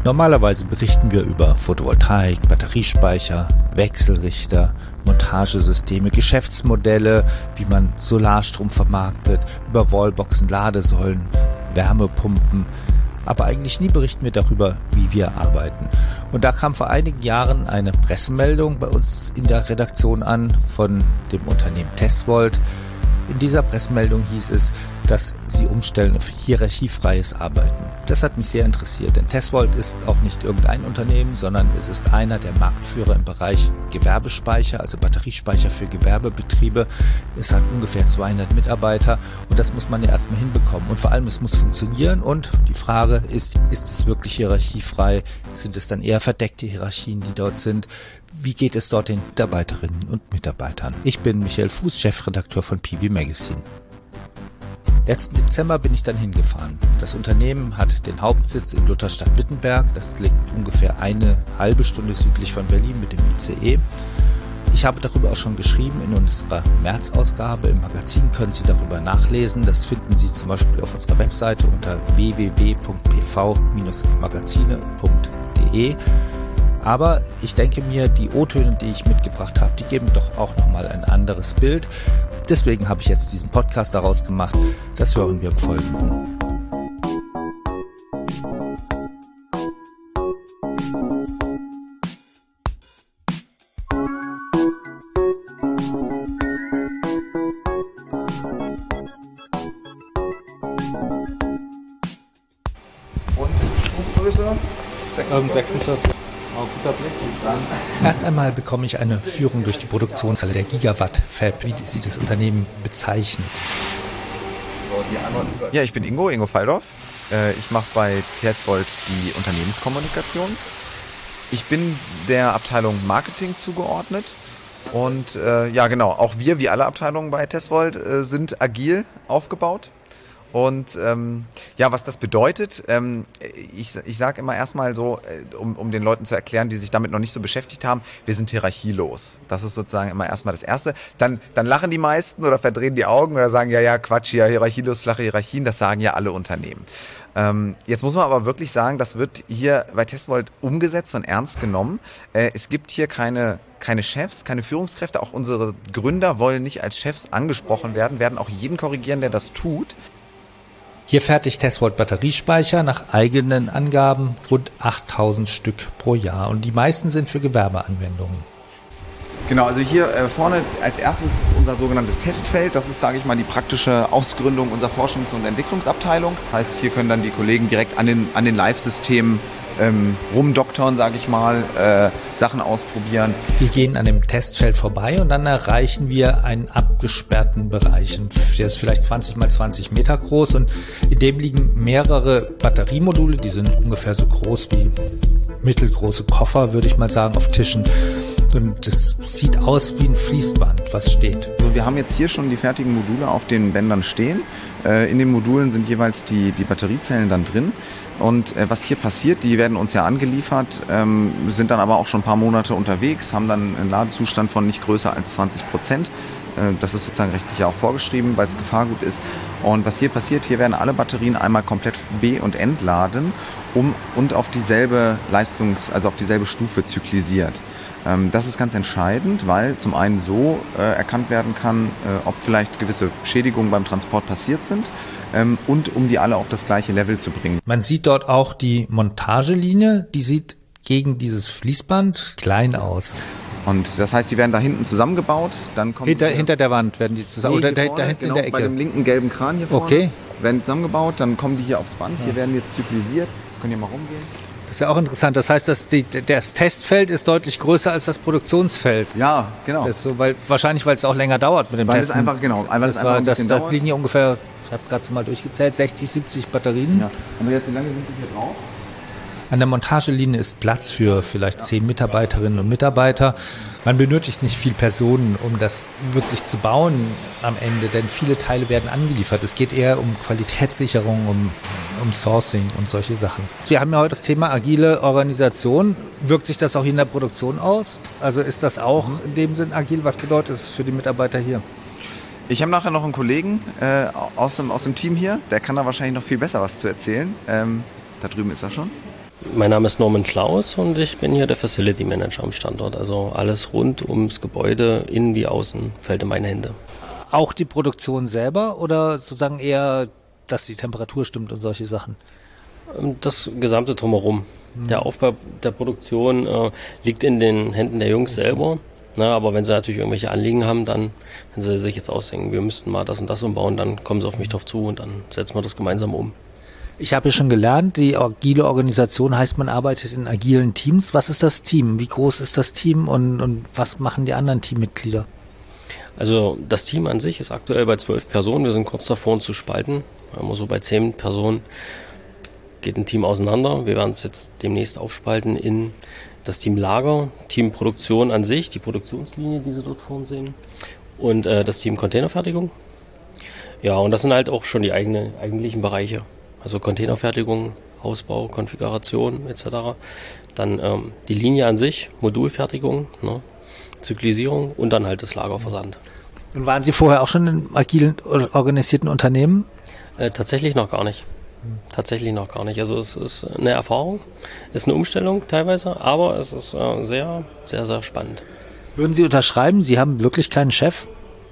Normalerweise berichten wir über Photovoltaik, Batteriespeicher, Wechselrichter, Montagesysteme, Geschäftsmodelle, wie man Solarstrom vermarktet, über Wallboxen, Ladesäulen, Wärmepumpen. Aber eigentlich nie berichten wir darüber, wie wir arbeiten. Und da kam vor einigen Jahren eine Pressemeldung bei uns in der Redaktion an von dem Unternehmen Tesvolt. In dieser Pressemeldung hieß es, dass sie umstellen auf hierarchiefreies Arbeiten. Das hat mich sehr interessiert, denn Tesvolt ist auch nicht irgendein Unternehmen, sondern es ist einer der Marktführer im Bereich Gewerbespeicher, also Batteriespeicher für Gewerbebetriebe. Es hat ungefähr 200 Mitarbeiter und das muss man ja erstmal hinbekommen. Und vor allem, es muss funktionieren und die Frage ist es wirklich hierarchiefrei? Sind es dann eher verdeckte Hierarchien, die dort sind? Wie geht es dort den Mitarbeiterinnen und Mitarbeitern? Ich bin Michael Fuß, Chefredakteur von PV Magazine. Letzten Dezember bin ich dann hingefahren. Das Unternehmen hat den Hauptsitz in Lutherstadt-Wittenberg. Das liegt ungefähr eine halbe Stunde südlich von Berlin mit dem ICE. Ich habe darüber auch schon geschrieben in unserer März-Ausgabe. Im Magazin können Sie darüber nachlesen. Das finden Sie zum Beispiel auf unserer Webseite unter www.pv-magazine.de. Aber ich denke mir, die O-Töne, die ich mitgebracht habe, die geben doch auch nochmal ein anderes Bild. Deswegen habe ich jetzt diesen Podcast daraus gemacht. Das hören wir im Folgenden. Und Schuhgröße? 46. Erst einmal bekomme ich eine Führung durch die Produktionshalle der Gigawatt Fab, wie sie das Unternehmen bezeichnet. Ja, ich bin Ingo Falldorf. Ich mache bei Tesvolt die Unternehmenskommunikation. Ich bin der Abteilung Marketing zugeordnet. Und ja genau, auch wir, wie alle Abteilungen bei Tesvolt, sind agil aufgebaut. Und ja, was das bedeutet, ich sage immer erstmal so, um den Leuten zu erklären, die sich damit noch nicht so beschäftigt haben, wir sind hierarchielos. Das ist sozusagen immer erstmal das Erste. Dann lachen die meisten oder verdrehen die Augen oder sagen, ja, Quatsch, ja, hierarchielos, flache Hierarchien, das sagen ja alle Unternehmen. Jetzt muss man aber wirklich sagen, das wird hier bei Tesvolt umgesetzt und ernst genommen. Es gibt hier keine Chefs, keine Führungskräfte. Auch unsere Gründer wollen nicht als Chefs angesprochen werden auch jeden korrigieren, der das tut. Hier fertigt Tesvolt Batteriespeicher nach eigenen Angaben rund 8000 Stück pro Jahr und die meisten sind für Gewerbeanwendungen. Genau, also hier vorne als erstes ist unser sogenanntes Testfeld. Das ist, sage ich mal, die praktische Ausgründung unserer Forschungs- und Entwicklungsabteilung. Heißt, hier können dann die Kollegen direkt an den Live-Systemen rumdoktern, sage ich mal, Sachen ausprobieren. Wir gehen an dem Testfeld vorbei und dann erreichen wir einen abgesperrten Bereich. Der ist vielleicht 20 mal 20 Meter groß und in dem liegen mehrere Batteriemodule, die sind ungefähr so groß wie mittelgroße Koffer, würde ich mal sagen, auf Tischen. Und das sieht aus wie ein Fließband, was steht. Also wir haben jetzt hier schon die fertigen Module auf den Bändern stehen. In den Modulen sind jeweils die Batteriezellen dann drin. Und was hier passiert, die werden uns ja angeliefert, sind dann aber auch schon ein paar Monate unterwegs, haben dann einen Ladezustand von nicht größer als 20%. Das ist sozusagen rechtlich ja auch vorgeschrieben, weil es Gefahrgut ist. Und was hier passiert, hier werden alle Batterien einmal komplett be- und entladen und auf dieselbe auf dieselbe Stufe zyklisiert. Das ist ganz entscheidend, weil zum einen so erkannt werden kann, ob vielleicht gewisse Schädigungen beim Transport passiert sind und um die alle auf das gleiche Level zu bringen. Man sieht dort auch die Montagelinie, die sieht gegen dieses Fließband klein aus. Und das heißt, die werden da hinten zusammengebaut. Dann kommen hinter der Wand werden die zusammen, oder da hinten in der Ecke? Bei dem linken gelben Kran hier vorne. Okay. Werden zusammengebaut, dann kommen die hier aufs Band. Ja. Hier werden jetzt zyklisiert. Können hier mal rumgehen. Das ist ja auch interessant. Das heißt, dass das Testfeld ist deutlich größer als das Produktionsfeld. Ja, genau. Das ist so, wahrscheinlich, weil es auch länger dauert mit dem Testen. Weil es einfach ein bisschen dauert. Das liegen hier ungefähr, ich habe gerade mal durchgezählt, 60, 70 Batterien. Ja. Und jetzt, wie lange sind Sie hier drauf? An der Montagelinie ist Platz für vielleicht 10 Mitarbeiterinnen und Mitarbeiter. Man benötigt nicht viel Personen, um das wirklich zu bauen am Ende, denn viele Teile werden angeliefert. Es geht eher um Qualitätssicherung, um Sourcing und solche Sachen. Wir haben ja heute das Thema agile Organisation. Wirkt sich das auch hier in der Produktion aus? Also ist das auch in dem Sinn agil? Was bedeutet es für die Mitarbeiter hier? Ich habe nachher noch einen Kollegen aus dem Team hier, der kann da wahrscheinlich noch viel besser was zu erzählen. Da drüben ist er schon. Mein Name ist Norman Klaus und ich bin hier der Facility Manager am Standort. Also alles rund ums Gebäude, innen wie außen, fällt in meine Hände. Auch die Produktion selber oder sozusagen eher, dass die Temperatur stimmt und solche Sachen? Das gesamte Drumherum. Der Aufbau der Produktion liegt in den Händen der Jungs selber. Na, aber wenn sie natürlich irgendwelche Anliegen haben, dann, wenn sie sich jetzt ausdenken, wir müssten mal das und das umbauen, dann kommen sie auf mich drauf zu und dann setzen wir das gemeinsam um. Ich habe ja schon gelernt, die agile Organisation heißt, man arbeitet in agilen Teams. Was ist das Team? Wie groß ist das Team und was machen die anderen Teammitglieder? Also das Team an sich ist aktuell bei 12 Personen. Wir sind kurz davor, uns zu spalten. Immer so bei 10 Personen geht ein Team auseinander. Wir werden es jetzt demnächst aufspalten in das Team Lager, Team Produktion an sich, die Produktionslinie, die Sie dort vorne sehen, und das Team Containerfertigung. Ja, und das sind halt auch schon die eigentlichen Bereiche. Also Containerfertigung, Ausbau, Konfiguration etc. Dann die Linie an sich, Modulfertigung, ne, Zyklisierung und dann halt das Lagerversand. Und waren Sie vorher auch schon in agilen organisierten Unternehmen? Tatsächlich noch gar nicht. Tatsächlich noch gar nicht. Also es ist eine Erfahrung, ist eine Umstellung teilweise, aber es ist sehr, sehr, sehr spannend. Würden Sie unterschreiben, Sie haben wirklich keinen Chef?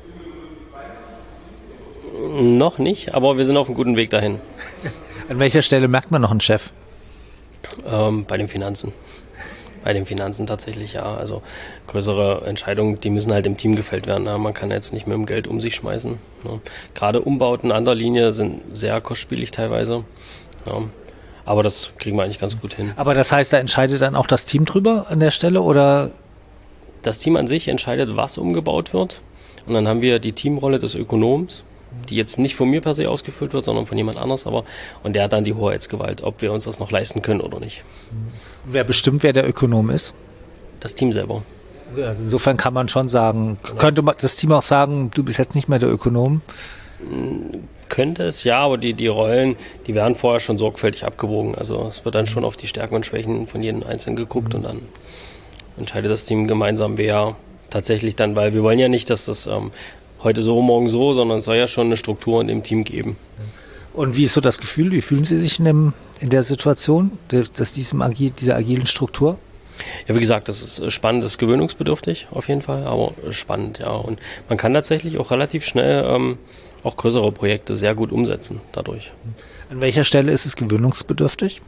Noch nicht, aber wir sind auf einem guten Weg dahin. An welcher Stelle merkt man noch einen Chef? Bei den Finanzen. Bei den Finanzen tatsächlich, ja. Also größere Entscheidungen, die müssen halt im Team gefällt werden. Ja. Man kann jetzt nicht mit dem Geld um sich schmeißen. Ne. Gerade Umbauten an der Linie sind sehr kostspielig teilweise. Ja. Aber das kriegen wir eigentlich ganz gut hin. Aber das heißt, da entscheidet dann auch das Team drüber an der Stelle, oder? Das Team an sich entscheidet, was umgebaut wird. Und dann haben wir die Teamrolle des Ökonoms, die jetzt nicht von mir per se ausgefüllt wird, sondern von jemand anders. Und der hat dann die Hoheitsgewalt, ob wir uns das noch leisten können oder nicht. Wer bestimmt, wer der Ökonom ist? Das Team selber. Also insofern kann man schon sagen, könnte das Team auch sagen, du bist jetzt nicht mehr der Ökonom? Könnte es, ja, aber die Rollen, die werden vorher schon sorgfältig abgewogen. Also es wird dann schon auf die Stärken und Schwächen von jedem Einzelnen geguckt und dann entscheidet das Team gemeinsam, wer tatsächlich dann, weil wir wollen ja nicht, dass das heute so, morgen so, sondern es soll ja schon eine Struktur in dem Team geben. Und wie ist so das Gefühl? Wie fühlen Sie sich in der Situation, dieser agilen Struktur? Ja, wie gesagt, das ist spannend, das ist gewöhnungsbedürftig auf jeden Fall, aber spannend, ja. Und man kann tatsächlich auch relativ schnell auch größere Projekte sehr gut umsetzen dadurch. An welcher Stelle ist es gewöhnungsbedürftig?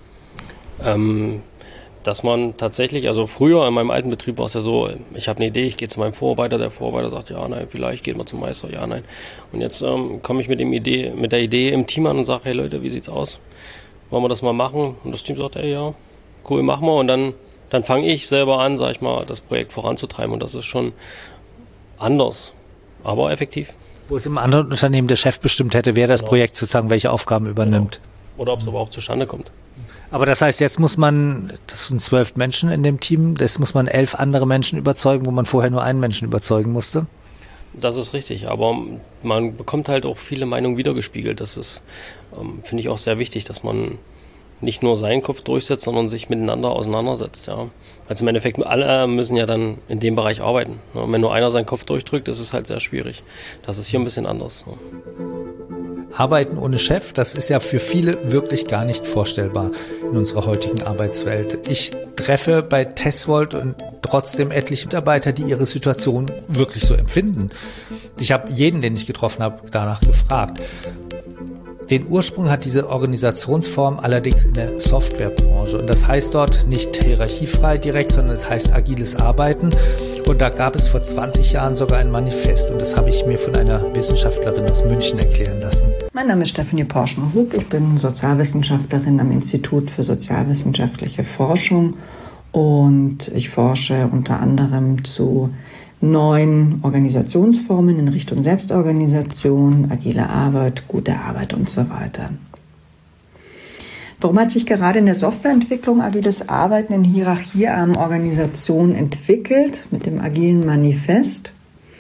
Dass man tatsächlich, also früher in meinem alten Betrieb war es ja so, ich habe eine Idee, ich gehe zu meinem Vorarbeiter, der Vorarbeiter sagt, ja, nein, vielleicht geht man zum Meister, ja, nein. Und jetzt komme ich mit der Idee im Team an und sage, hey Leute, wie sieht's aus? Wollen wir das mal machen? Und das Team sagt, ey, ja, cool, machen wir. Und dann fange ich selber an, sag ich mal, das Projekt voranzutreiben. Und das ist schon anders, aber effektiv. Wo es im anderen Unternehmen der Chef bestimmt hätte, wer das Projekt sozusagen welche Aufgaben übernimmt. Genau. Oder ob es überhaupt zustande kommt. Aber das heißt, jetzt muss man, das sind 12 Menschen in dem Team, das muss man 11 andere Menschen überzeugen, wo man vorher nur einen Menschen überzeugen musste? Das ist richtig, aber man bekommt halt auch viele Meinungen wiedergespiegelt. Das ist, finde ich, auch sehr wichtig, dass man nicht nur seinen Kopf durchsetzt, sondern sich miteinander auseinandersetzt. Ja. Also im Endeffekt, alle müssen ja dann in dem Bereich arbeiten. Und wenn nur einer seinen Kopf durchdrückt, ist es halt sehr schwierig. Das ist hier ein bisschen anders. Arbeiten ohne Chef, das ist ja für viele wirklich gar nicht vorstellbar in unserer heutigen Arbeitswelt. Ich treffe bei Teswold und trotzdem etliche Mitarbeiter, die ihre Situation wirklich so empfinden. Ich habe jeden, den ich getroffen habe, danach gefragt. Den Ursprung hat diese Organisationsform allerdings in der Softwarebranche. Und das heißt dort nicht hierarchiefrei direkt, sondern es heißt agiles Arbeiten. Und da gab es vor 20 Jahren sogar ein Manifest. Und das habe ich mir von einer Wissenschaftlerin aus München erklären lassen. Mein Name ist Stefanie Porschen-Hug. Ich bin Sozialwissenschaftlerin am Institut für sozialwissenschaftliche Forschung. Und ich forsche unter anderem zu neuen Organisationsformen in Richtung Selbstorganisation, agile Arbeit, gute Arbeit und so weiter. Warum hat sich gerade in der Softwareentwicklung agiles Arbeiten in hierarchiearmen Organisationen entwickelt mit dem agilen Manifest?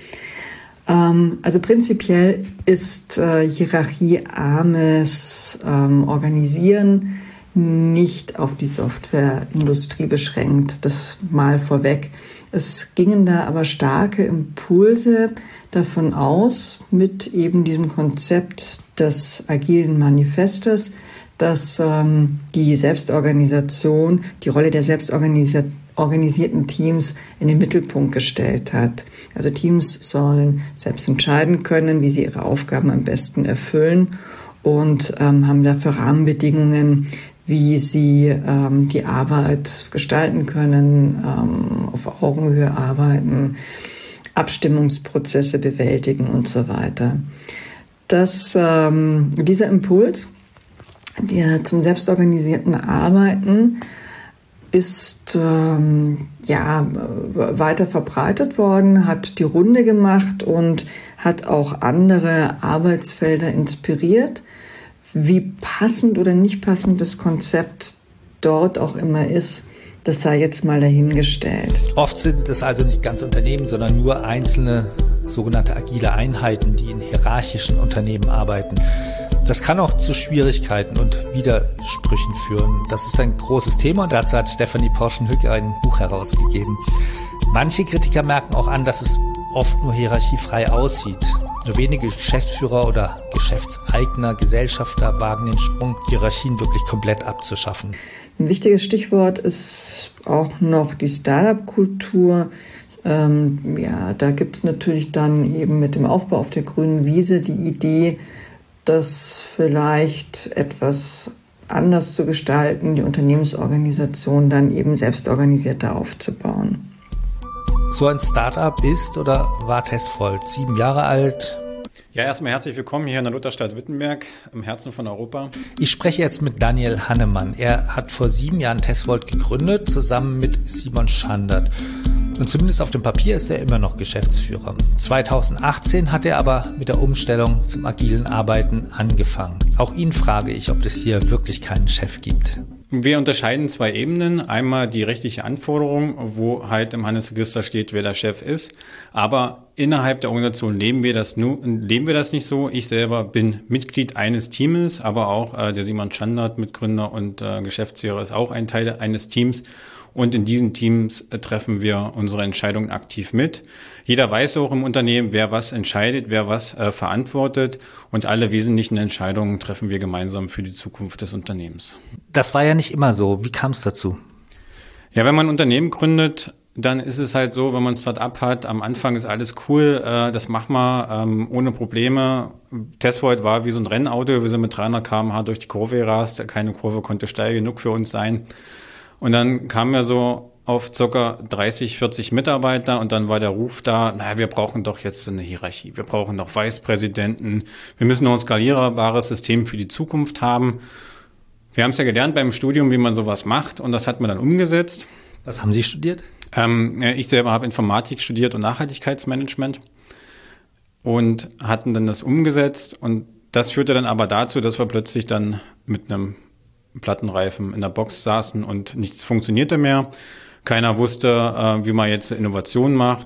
Also prinzipiell ist hierarchiearmes Organisieren nicht auf die Softwareindustrie beschränkt, das mal vorweg. Es gingen da aber starke Impulse davon aus, mit eben diesem Konzept des agilen Manifestes, dass die Selbstorganisation, die Rolle der selbstorganisierten Teams in den Mittelpunkt gestellt hat. Also Teams sollen selbst entscheiden können, wie sie ihre Aufgaben am besten erfüllen und haben dafür Rahmenbedingungen, wie sie die Arbeit gestalten können, auf Augenhöhe arbeiten, Abstimmungsprozesse bewältigen und so weiter. Dieser Impuls, der zum selbstorganisierten Arbeiten, ist weiter verbreitet worden, hat die Runde gemacht und hat auch andere Arbeitsfelder inspiriert. Wie passend oder nicht passend das Konzept dort auch immer ist, das sei jetzt mal dahingestellt. Oft sind es also nicht ganz Unternehmen, sondern nur einzelne sogenannte agile Einheiten, die in hierarchischen Unternehmen arbeiten. Das kann auch zu Schwierigkeiten und Widersprüchen führen. Das ist ein großes Thema und dazu hat Stefanie Porschen-Hück ein Buch herausgegeben. Manche Kritiker merken auch an, dass es oft nur hierarchiefrei aussieht. Nur wenige Geschäftsführer oder Geschäftseigner, Gesellschafter wagen den Sprung, Hierarchien wirklich komplett abzuschaffen. Ein wichtiges Stichwort ist auch noch die Startup-Kultur. Da gibt es natürlich dann eben mit dem Aufbau auf der grünen Wiese die Idee, das vielleicht etwas anders zu gestalten, die Unternehmensorganisation dann eben selbstorganisierter aufzubauen. So ein Startup ist oder war TESVOLT 7 Jahre alt. Ja, erstmal herzlich willkommen hier in der Lutherstadt Wittenberg, im Herzen von Europa. Ich spreche jetzt mit Daniel Hannemann. Er hat vor 7 Jahren TESVOLT gegründet, zusammen mit Simon Schandert. Und zumindest auf dem Papier ist er immer noch Geschäftsführer. 2018 hat er aber mit der Umstellung zum agilen Arbeiten angefangen. Auch ihn frage ich, ob es hier wirklich keinen Chef gibt. Wir unterscheiden 2 Ebenen. Einmal die rechtliche Anforderung, wo halt im Handelsregister steht, wer der Chef ist. Aber innerhalb der Organisation leben wir das nicht so. Ich selber bin Mitglied eines Teams, aber auch der Simon Schandert, Mitgründer und Geschäftsführer, ist auch ein Teil eines Teams. Und in diesen Teams treffen wir unsere Entscheidungen aktiv mit. Jeder weiß auch im Unternehmen, wer was entscheidet, wer was verantwortet. Und alle wesentlichen Entscheidungen treffen wir gemeinsam für die Zukunft des Unternehmens. Das war ja nicht immer so. Wie kam es dazu? Ja, wenn man ein Unternehmen gründet, dann ist es halt so, wenn man ein Start-up hat, am Anfang ist alles cool, das machen wir ohne Probleme. TESVOLT war wie so ein Rennauto, wir sind mit 300 km/h durch die Kurve gerast, keine Kurve konnte steil genug für uns sein. Und dann kamen wir so auf ca. 30, 40 Mitarbeiter und dann war der Ruf da, wir brauchen doch jetzt eine Hierarchie, wir brauchen noch Vicepräsidenten, wir müssen noch ein skalierbares System für die Zukunft haben. Wir haben es ja gelernt beim Studium, wie man sowas macht und das hat man dann umgesetzt. Was haben Sie studiert? Ich selber habe Informatik studiert und Nachhaltigkeitsmanagement und hatten dann das umgesetzt und das führte dann aber dazu, dass wir plötzlich dann mit einem Plattenreifen in der Box saßen und nichts funktionierte mehr. Keiner wusste, wie man jetzt Innovation macht.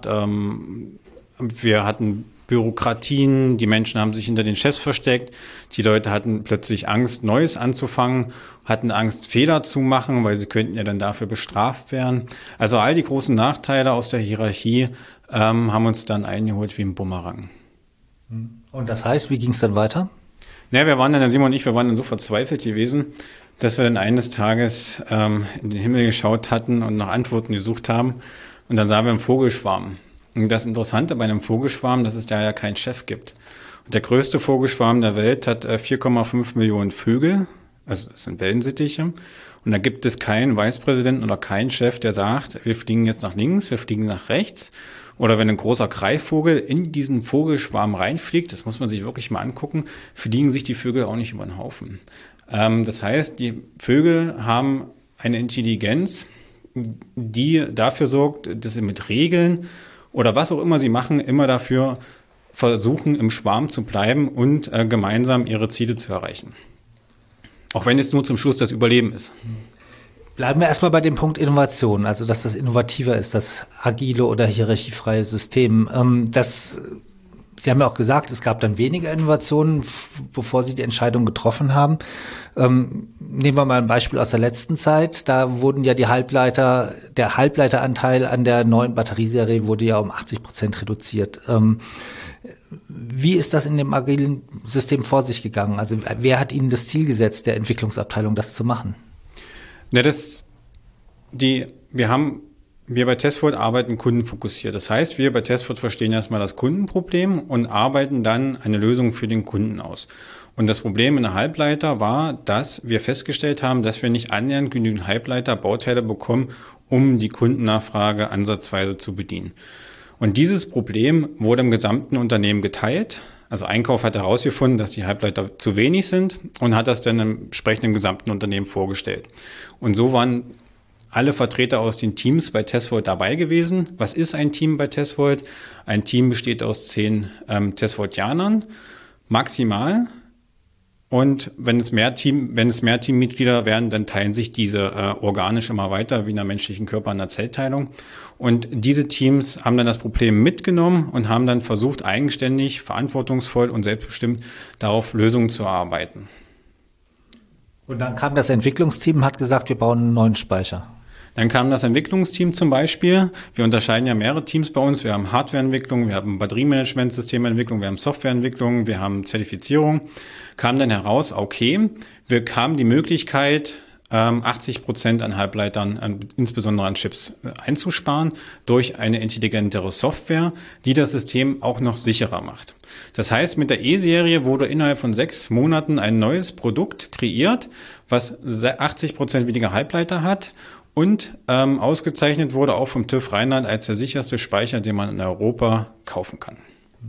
Wir hatten Bürokratien, die Menschen haben sich hinter den Chefs versteckt. Die Leute hatten plötzlich Angst, Neues anzufangen, hatten Angst, Fehler zu machen, weil sie könnten ja dann dafür bestraft werden. Also all die großen Nachteile aus der Hierarchie haben uns dann eingeholt wie ein Bumerang. Und das heißt, wie ging es dann weiter? Ja, Simon und ich, wir waren dann so verzweifelt gewesen, dass wir dann eines Tages in den Himmel geschaut hatten und nach Antworten gesucht haben. Und dann sahen wir einen Vogelschwarm. Und das Interessante bei einem Vogelschwarm, dass es da ja keinen Chef gibt. Und der größte Vogelschwarm der Welt hat 4,5 Millionen Vögel, also das sind Wellensittiche. Und da gibt es keinen Vicepräsidenten oder keinen Chef, der sagt, wir fliegen jetzt nach links, wir fliegen nach rechts. Oder wenn ein großer Greifvogel in diesen Vogelschwarm reinfliegt, das muss man sich wirklich mal angucken, fliegen sich die Vögel auch nicht über den Haufen. Das heißt, die Vögel haben eine Intelligenz, die dafür sorgt, dass sie mit Regeln oder was auch immer sie machen, immer dafür versuchen, im Schwarm zu bleiben und gemeinsam ihre Ziele zu erreichen. Auch wenn es nur zum Schluss das Überleben ist. Bleiben wir erstmal bei dem Punkt Innovation, also dass das innovativer ist, das agile oder hierarchiefreie System. Sie haben ja auch gesagt, es gab dann weniger Innovationen, bevor Sie die Entscheidung getroffen haben. Nehmen wir mal ein Beispiel aus der letzten Zeit. Da wurden ja der Halbleiteranteil an der neuen Batterieserie wurde ja um 80% reduziert. Wie ist das in dem agilen System vor sich gegangen? Also wer hat Ihnen das Ziel gesetzt, der Entwicklungsabteilung, das zu machen? Ja, wir bei Testford arbeiten kundenfokussiert. Das heißt, wir bei Testford verstehen erstmal das Kundenproblem und arbeiten dann eine Lösung für den Kunden aus. Und das Problem in der Halbleiter war, dass wir festgestellt haben, dass wir nicht annähernd genügend Halbleiter-Bauteile bekommen, um die Kundennachfrage ansatzweise zu bedienen. Und dieses Problem wurde im gesamten Unternehmen geteilt. Also Einkauf hat herausgefunden, dass die Halbleiter zu wenig sind und hat das dann entsprechend im gesamten Unternehmen vorgestellt. Und so waren alle Vertreter aus den Teams bei Testford dabei gewesen. Was ist ein Team bei Testford? Ein Team besteht aus 10 Testfordianern maximal. Und wenn es mehr Teammitglieder werden, dann teilen sich diese organisch immer weiter, wie in einer menschlichen Körper in der Zellteilung. Und diese Teams haben dann das Problem mitgenommen und haben dann versucht, eigenständig, verantwortungsvoll und selbstbestimmt darauf Lösungen zu erarbeiten. Und dann kam das Entwicklungsteam und hat gesagt, wir bauen einen neuen Speicher. Dann kam das Entwicklungsteam zum Beispiel. Wir unterscheiden ja mehrere Teams bei uns. Wir haben Hardwareentwicklung, wir haben Batteriemanagementsystementwicklung, wir haben Softwareentwicklung, wir haben Zertifizierung. Kam dann heraus, okay, wir haben die Möglichkeit, 80% an Halbleitern, insbesondere an Chips, einzusparen durch eine intelligentere Software, die das System auch noch sicherer macht. Das heißt, mit der E-Serie wurde innerhalb von 6 Monaten ein neues Produkt kreiert, was 80% weniger Halbleiter hat und ausgezeichnet wurde auch vom TÜV Rheinland als der sicherste Speicher, den man in Europa kaufen kann.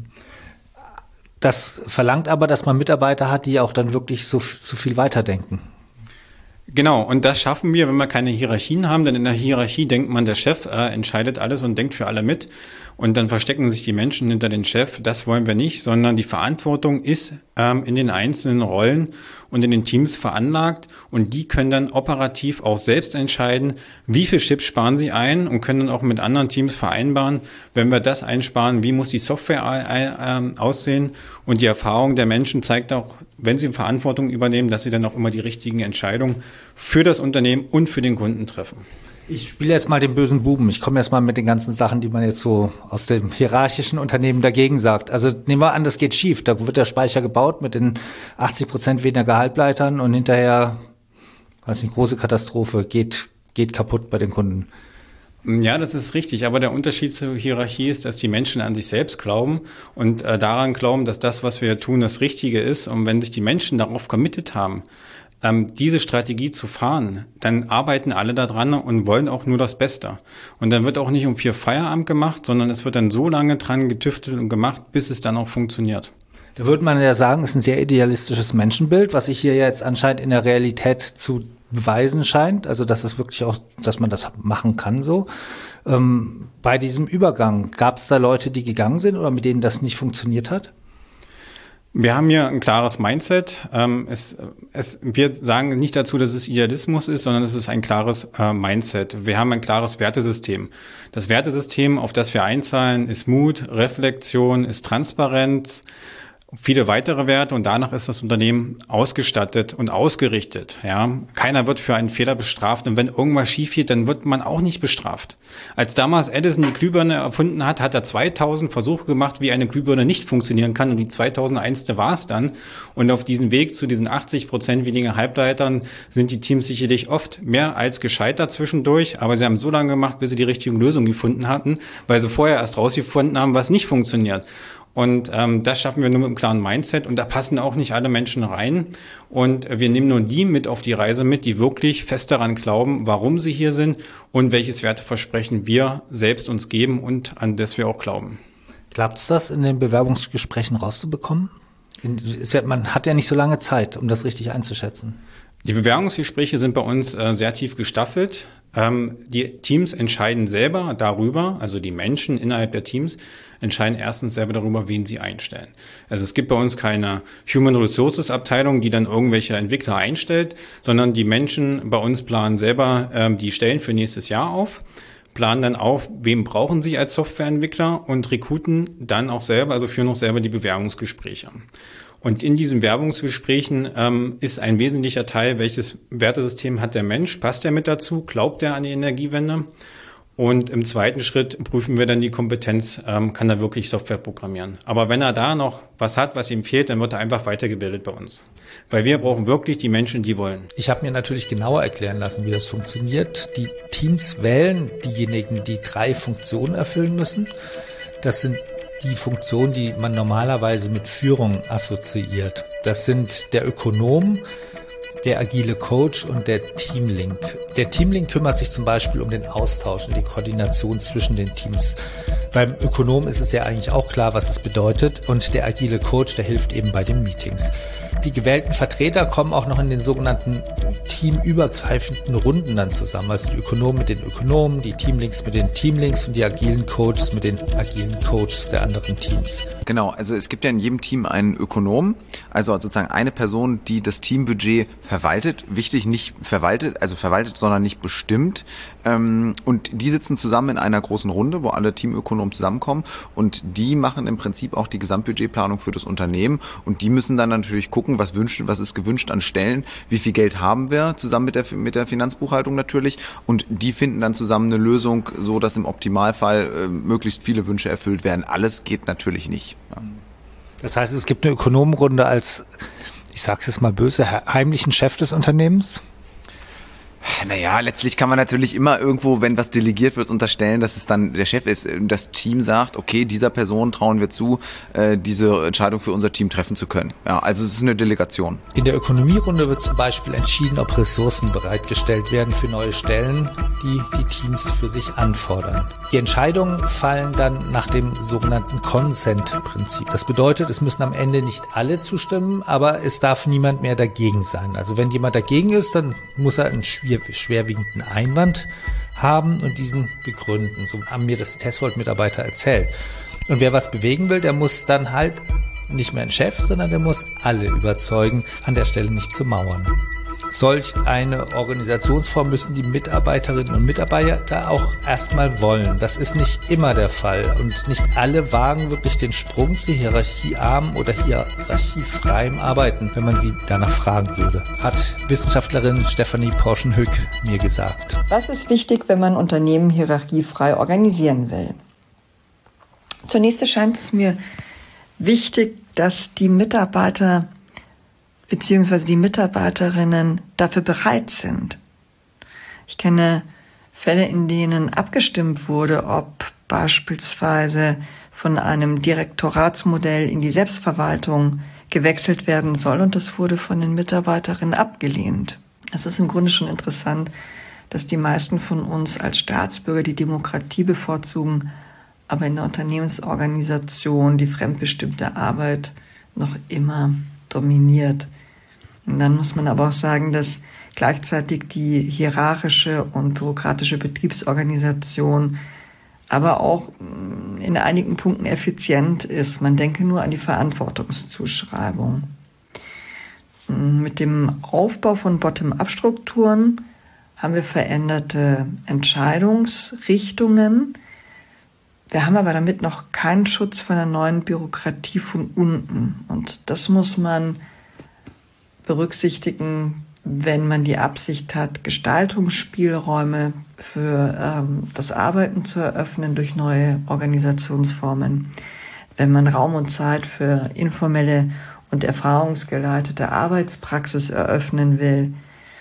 Das verlangt aber, dass man Mitarbeiter hat, die auch dann wirklich so viel weiterdenken. Genau, und das schaffen wir, wenn wir keine Hierarchien haben, denn in der Hierarchie denkt man, der Chef entscheidet alles und denkt für alle mit und dann verstecken sich die Menschen hinter den Chef. Das wollen wir nicht, sondern die Verantwortung ist in den einzelnen Rollen und in den Teams veranlagt und die können dann operativ auch selbst entscheiden, wie viel Chips sparen sie ein und können dann auch mit anderen Teams vereinbaren, wenn wir das einsparen, wie muss die Software aussehen und die Erfahrung der Menschen zeigt auch, wenn sie Verantwortung übernehmen, dass sie dann auch immer die richtigen Entscheidungen für das Unternehmen und für den Kunden treffen. Ich spiele jetzt mal den bösen Buben. Ich komme jetzt mal mit den ganzen Sachen, die man jetzt so aus dem hierarchischen Unternehmen dagegen sagt. Also nehmen wir an, das geht schief. Da wird der Speicher gebaut mit den 80% weniger Halbleitern und hinterher, was eine große Katastrophe, geht kaputt bei den Kunden. Ja, das ist richtig. Aber der Unterschied zur Hierarchie ist, dass die Menschen an sich selbst glauben und daran glauben, dass das, was wir tun, das Richtige ist. Und wenn sich die Menschen darauf committed haben, diese Strategie zu fahren, dann arbeiten alle daran und wollen auch nur das Beste. Und dann wird auch nicht um 4 Feierabend gemacht, sondern es wird dann so lange dran getüftelt und gemacht, bis es dann auch funktioniert. Da würde man ja sagen, ist ein sehr idealistisches Menschenbild, was sich hier jetzt anscheinend in der Realität zu beweisen scheint. Also dass es wirklich auch, dass man das machen kann so. Bei diesem Übergang, gab es da Leute, die gegangen sind oder mit denen das nicht funktioniert hat? Wir haben hier ein klares Mindset. Wir sagen nicht dazu, dass es Idealismus ist, sondern es ist ein klares Mindset. Wir haben ein klares Wertesystem. Das Wertesystem, auf das wir einzahlen, ist Mut, Reflexion, ist Transparenz, viele weitere Werte und danach ist das Unternehmen ausgestattet und ausgerichtet. Ja, keiner wird für einen Fehler bestraft und wenn irgendwas schief geht, dann wird man auch nicht bestraft. Als damals Edison die Glühbirne erfunden hat, hat er 2000 Versuche gemacht, wie eine Glühbirne nicht funktionieren kann und die 2001. war es dann. Und auf diesem Weg zu diesen 80% weniger Halbleitern sind die Teams sicherlich oft mehr als gescheitert zwischendurch, aber sie haben so lange gemacht, bis sie die richtige Lösung gefunden hatten, weil sie vorher erst rausgefunden haben, was nicht funktioniert. Und das schaffen wir nur mit einem klaren Mindset und da passen auch nicht alle Menschen rein. Und wir nehmen nur die mit auf die Reise mit, die wirklich fest daran glauben, warum sie hier sind und welches Werteversprechen wir selbst uns geben und an das wir auch glauben. Klappt es das in den Bewerbungsgesprächen rauszubekommen? Man hat ja nicht so lange Zeit, um das richtig einzuschätzen. Die Bewerbungsgespräche sind bei uns sehr tief gestaffelt. Die Teams entscheiden selber darüber, also die Menschen innerhalb der Teams entscheiden erstens selber darüber, wen sie einstellen. Also es gibt bei uns keine Human Resources Abteilung, die dann irgendwelche Entwickler einstellt, sondern die Menschen bei uns planen selber die Stellen für nächstes Jahr auf, planen dann auf, wen brauchen sie als Softwareentwickler und rekruten dann auch selber, also führen auch selber die Bewerbungsgespräche. Und in diesen Werbungsgesprächen ist ein wesentlicher Teil, welches Wertesystem hat der Mensch, passt er mit dazu, glaubt er an die Energiewende Und im zweiten Schritt prüfen wir dann die Kompetenz, kann er wirklich Software programmieren. Aber wenn er da noch was hat, was ihm fehlt, dann wird er einfach weitergebildet bei uns. Weil wir brauchen wirklich die Menschen, die wollen. Ich habe mir natürlich genauer erklären lassen, wie das funktioniert. Die Teams wählen diejenigen, die 3 Funktionen erfüllen müssen. Das sind die Funktionen, die man normalerweise mit Führung assoziiert. Das sind der Ökonom, der agile Coach und der Teamlink. Der Teamlink kümmert sich zum Beispiel um den Austausch und die Koordination zwischen den Teams. Beim Ökonom ist es ja eigentlich auch klar, was es bedeutet, und der agile Coach, der hilft eben bei den Meetings. Die gewählten Vertreter kommen auch noch in den sogenannten teamübergreifenden Runden dann zusammen. Also die Ökonomen mit den Ökonomen, die Teamlinks mit den Teamlinks und die agilen Coaches mit den agilen Coaches der anderen Teams. Genau, also es gibt ja in jedem Team einen Ökonom, also sozusagen eine Person, die das Teambudget verwaltet. Wichtig, nicht verwaltet, also verwaltet, sondern nicht bestimmt. Und die sitzen zusammen in einer großen Runde, wo alle Teamökonomen zusammenkommen, und die machen im Prinzip auch die Gesamtbudgetplanung für das Unternehmen, und die müssen dann natürlich gucken, was ist gewünscht an Stellen, wie viel Geld haben wir, zusammen mit der Finanzbuchhaltung natürlich, und die finden dann zusammen eine Lösung, so dass im Optimalfall möglichst viele Wünsche erfüllt werden. Alles geht natürlich nicht. Ja. Das heißt, es gibt eine Ökonomenrunde als, ich sage es jetzt mal böse, heimlichen Chef des Unternehmens? Naja, letztlich kann man natürlich immer irgendwo, wenn was delegiert wird, unterstellen, dass es dann der Chef ist. Das Team sagt, okay, dieser Person trauen wir zu, diese Entscheidung für unser Team treffen zu können. Ja, also es ist eine Delegation. In der Ökonomierunde wird zum Beispiel entschieden, ob Ressourcen bereitgestellt werden für neue Stellen, die die Teams für sich anfordern. Die Entscheidungen fallen dann nach dem sogenannten Consent-Prinzip. Das bedeutet, es müssen am Ende nicht alle zustimmen, aber es darf niemand mehr dagegen sein. Also wenn jemand dagegen ist, dann muss er einen schwerwiegenden Einwand haben und diesen begründen. So haben mir das TestVault-Mitarbeiter erzählt. Und wer was bewegen will, der muss dann halt nicht mehr ein Chef, sondern der muss alle überzeugen, an der Stelle nicht zu mauern. Solch eine Organisationsform müssen die Mitarbeiterinnen und Mitarbeiter auch erstmal wollen. Das ist nicht immer der Fall, und nicht alle wagen wirklich den Sprung zu hierarchiearmem oder hierarchiefreiem Arbeiten, wenn man sie danach fragen würde, hat Wissenschaftlerin Stefanie Porschen-Hück mir gesagt. Was ist wichtig, wenn man Unternehmen hierarchiefrei organisieren will? Zunächst erscheint es mir wichtig, dass die Mitarbeiter bzw. die Mitarbeiterinnen dafür bereit sind. Ich kenne Fälle, in denen abgestimmt wurde, ob beispielsweise von einem Direktoratsmodell in die Selbstverwaltung gewechselt werden soll, und das wurde von den Mitarbeiterinnen abgelehnt. Es ist im Grunde schon interessant, dass die meisten von uns als Staatsbürger die Demokratie bevorzugen, aber in der Unternehmensorganisation die fremdbestimmte Arbeit noch immer dominiert. Und dann muss man aber auch sagen, dass gleichzeitig die hierarchische und bürokratische Betriebsorganisation aber auch in einigen Punkten effizient ist. Man denke nur an die Verantwortungszuschreibung. Mit dem Aufbau von Bottom-up-Strukturen haben wir veränderte Entscheidungsrichtungen. Wir haben aber damit noch keinen Schutz von der neuen Bürokratie von unten. Und das muss man berücksichtigen, wenn man die Absicht hat, Gestaltungsspielräume für das Arbeiten zu eröffnen durch neue Organisationsformen. Wenn man Raum und Zeit für informelle und erfahrungsgeleitete Arbeitspraxis eröffnen will,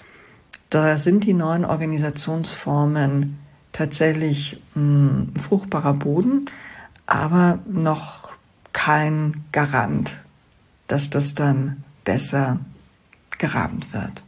da sind die neuen Organisationsformen tatsächlich fruchtbarer Boden, aber noch kein Garant, dass das dann besser gerahmt wird.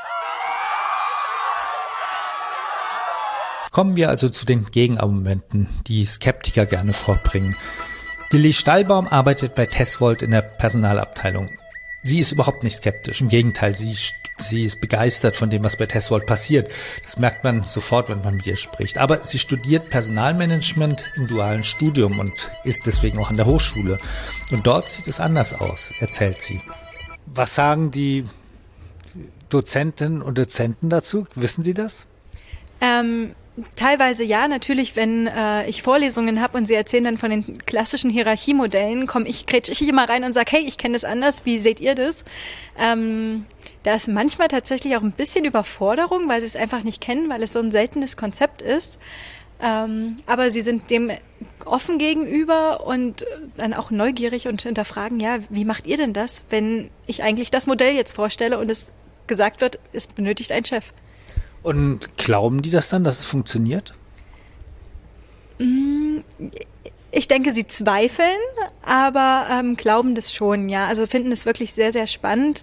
Kommen wir also zu den Gegenargumenten, die Skeptiker gerne vorbringen. Lilly Stallbaum arbeitet bei TestVault in der Personalabteilung. Sie ist überhaupt nicht skeptisch. Im Gegenteil, sie ist begeistert von dem, was bei TestVault passiert. Das merkt man sofort, wenn man mit ihr spricht. Aber sie studiert Personalmanagement im dualen Studium und ist deswegen auch an der Hochschule. Und dort sieht es anders aus, erzählt sie. Was sagen die Dozentinnen und Dozenten dazu? Wissen Sie das? Teilweise ja, natürlich, wenn ich Vorlesungen habe und sie erzählen dann von den klassischen Hierarchiemodellen, grätsch ich immer rein und sage, hey, ich kenne das anders, wie seht ihr das? Da ist manchmal tatsächlich auch ein bisschen Überforderung, weil sie es einfach nicht kennen, weil es so ein seltenes Konzept ist. Aber sie sind dem offen gegenüber und dann auch neugierig und hinterfragen, ja, wie macht ihr denn das, wenn ich eigentlich das Modell jetzt vorstelle und es gesagt wird, es benötigt einen Chef. Und glauben die das dann, dass es funktioniert? Ich denke, sie zweifeln, aber glauben das schon, ja. Also finden es wirklich sehr, sehr spannend.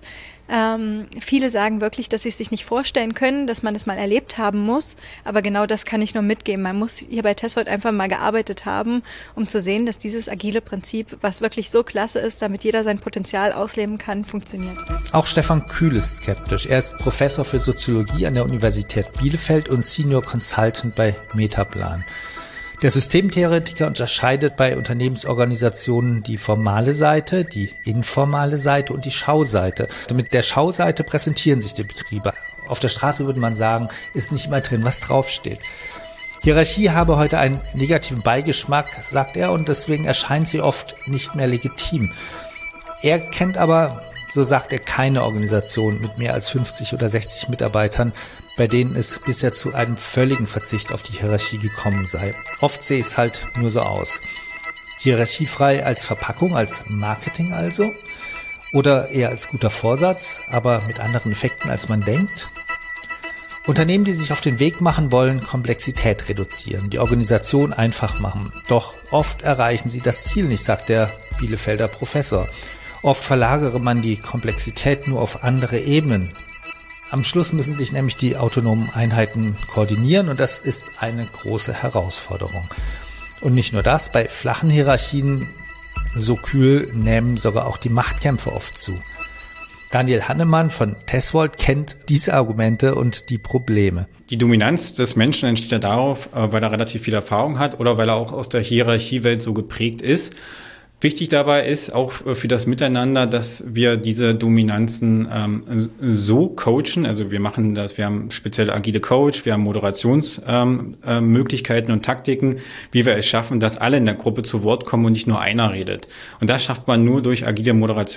Viele sagen wirklich, dass sie es sich nicht vorstellen können, dass man es mal erlebt haben muss. Aber genau das kann ich nur mitgeben. Man muss hier bei TESWORD einfach mal gearbeitet haben, um zu sehen, dass dieses agile Prinzip, was wirklich so klasse ist, damit jeder sein Potenzial ausleben kann, funktioniert. Auch Stefan Kühl ist skeptisch. Er ist Professor für Soziologie an der Universität Bielefeld und Senior Consultant bei Metaplan. Der Systemtheoretiker unterscheidet bei Unternehmensorganisationen die formale Seite, die informale Seite und die Schauseite. Mit der Schauseite präsentieren sich die Betriebe. Auf der Straße würde man sagen, ist nicht immer drin, was draufsteht. Hierarchie habe heute einen negativen Beigeschmack, sagt er, und deswegen erscheint sie oft nicht mehr legitim. Er kennt aber, so sagt er, keine Organisation mit mehr als 50 oder 60 Mitarbeitern, bei denen es bisher zu einem völligen Verzicht auf die Hierarchie gekommen sei. Oft sehe es halt nur so aus. Hierarchiefrei als Verpackung, als Marketing also? Oder eher als guter Vorsatz, aber mit anderen Effekten, als man denkt? Unternehmen, die sich auf den Weg machen wollen, Komplexität reduzieren, die Organisation einfach machen. Doch oft erreichen sie das Ziel nicht, sagt der Bielefelder Professor. Oft verlagere man die Komplexität nur auf andere Ebenen. Am Schluss müssen sich nämlich die autonomen Einheiten koordinieren und das ist eine große Herausforderung. Und nicht nur das, bei flachen Hierarchien, so Kühl, nehmen sogar auch die Machtkämpfe oft zu. Daniel Hannemann von TESWORD kennt diese Argumente und die Probleme. Die Dominanz des Menschen entsteht ja darauf, weil er relativ viel Erfahrung hat oder weil er auch aus der Hierarchiewelt so geprägt ist. Wichtig dabei ist auch für das Miteinander, dass wir diese Dominanzen so coachen. Also wir machen das, wir haben spezielle agile Coach, wir haben Moderationsmöglichkeiten und Taktiken, wie wir es schaffen, dass alle in der Gruppe zu Wort kommen und nicht nur einer redet. Und das schafft man nur durch agile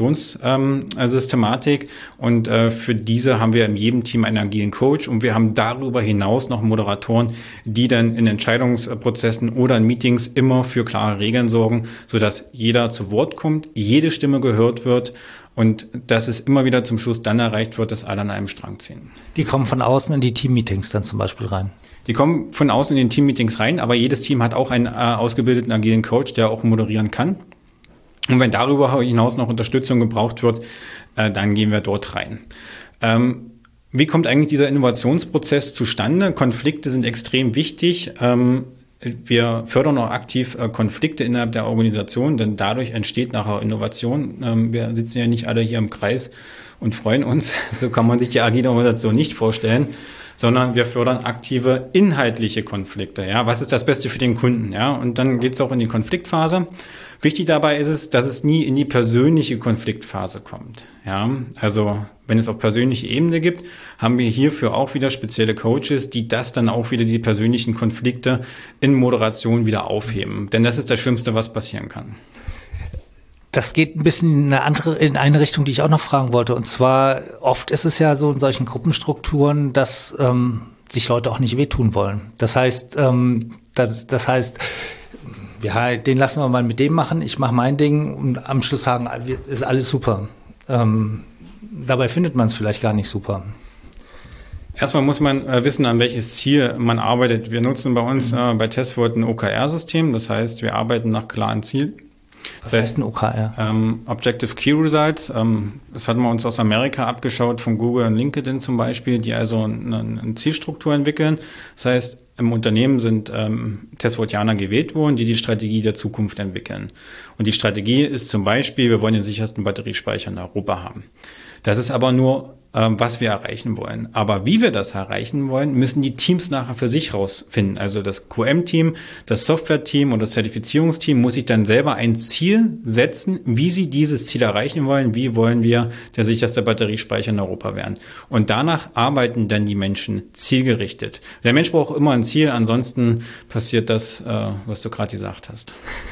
Moderationssystematik. Und für diese haben wir in jedem Team einen agilen Coach. Und wir haben darüber hinaus noch Moderatoren, die dann in Entscheidungsprozessen oder in Meetings immer für klare Regeln sorgen, sodass jeder zu Wort kommt, jede Stimme gehört wird und dass es immer wieder zum Schluss dann erreicht wird, dass alle an einem Strang ziehen. Die kommen von außen in die Teammeetings dann zum Beispiel rein? Die kommen von außen in den Teammeetings rein, aber jedes Team hat auch einen ausgebildeten agilen Coach, der auch moderieren kann. Und wenn darüber hinaus noch Unterstützung gebraucht wird, dann gehen wir dort rein. Wie kommt eigentlich dieser Innovationsprozess zustande? Konflikte sind extrem wichtig. Wir fördern auch aktiv Konflikte innerhalb der Organisation, denn dadurch entsteht nachher Innovation. Wir sitzen ja nicht alle hier im Kreis und freuen uns. So kann man sich die agile Organisation nicht vorstellen, sondern wir fördern aktive inhaltliche Konflikte. Ja, was ist das Beste für den Kunden? Ja, und dann geht es auch in die Konfliktphase. Wichtig dabei ist es, dass es nie in die persönliche Konfliktphase kommt. Ja, also wenn es auf persönliche Ebene gibt, haben wir hierfür auch wieder spezielle Coaches, die das dann auch wieder die persönlichen Konflikte in Moderation wieder aufheben. Denn das ist das Schlimmste, was passieren kann. Das geht ein bisschen in eine Richtung, die ich auch noch fragen wollte. Und zwar, oft ist es ja so in solchen Gruppenstrukturen, dass sich Leute auch nicht wehtun wollen. Das heißt, ja, den lassen wir mal mit dem machen, ich mache mein Ding und am Schluss sagen, ist alles super. Dabei findet man es vielleicht gar nicht super. Erstmal muss man wissen, an welches Ziel man arbeitet. Wir nutzen bei uns bei TESWORD ein OKR-System, das heißt, wir arbeiten nach klaren Zielen. Was heißt ein OKR? Objective Key Results. Das hatten wir uns aus Amerika abgeschaut, von Google und LinkedIn zum Beispiel, die also eine Zielstruktur entwickeln. Das heißt, im Unternehmen sind TESWORDianer gewählt worden, die Strategie der Zukunft entwickeln. Und die Strategie ist zum Beispiel, wir wollen den sichersten Batteriespeicher in Europa haben. Das ist aber nur, was wir erreichen wollen. Aber wie wir das erreichen wollen, müssen die Teams nachher für sich rausfinden. Also das QM-Team, das Software-Team und das Zertifizierungsteam muss sich dann selber ein Ziel setzen, wie sie dieses Ziel erreichen wollen. Wie wollen wir der sicherste Batteriespeicher in Europa werden? Und danach arbeiten dann die Menschen zielgerichtet. Der Mensch braucht immer ein Ziel, ansonsten passiert das, was du gerade gesagt hast.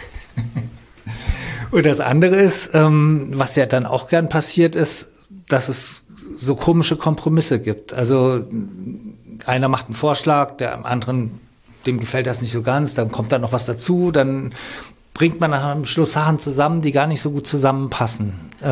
Und das andere ist, was ja dann auch gern passiert ist, dass es so komische Kompromisse gibt. Also einer macht einen Vorschlag, der am anderen dem gefällt das nicht so ganz, dann kommt da noch was dazu, dann bringt man am Schluss Sachen zusammen, die gar nicht so gut zusammenpassen.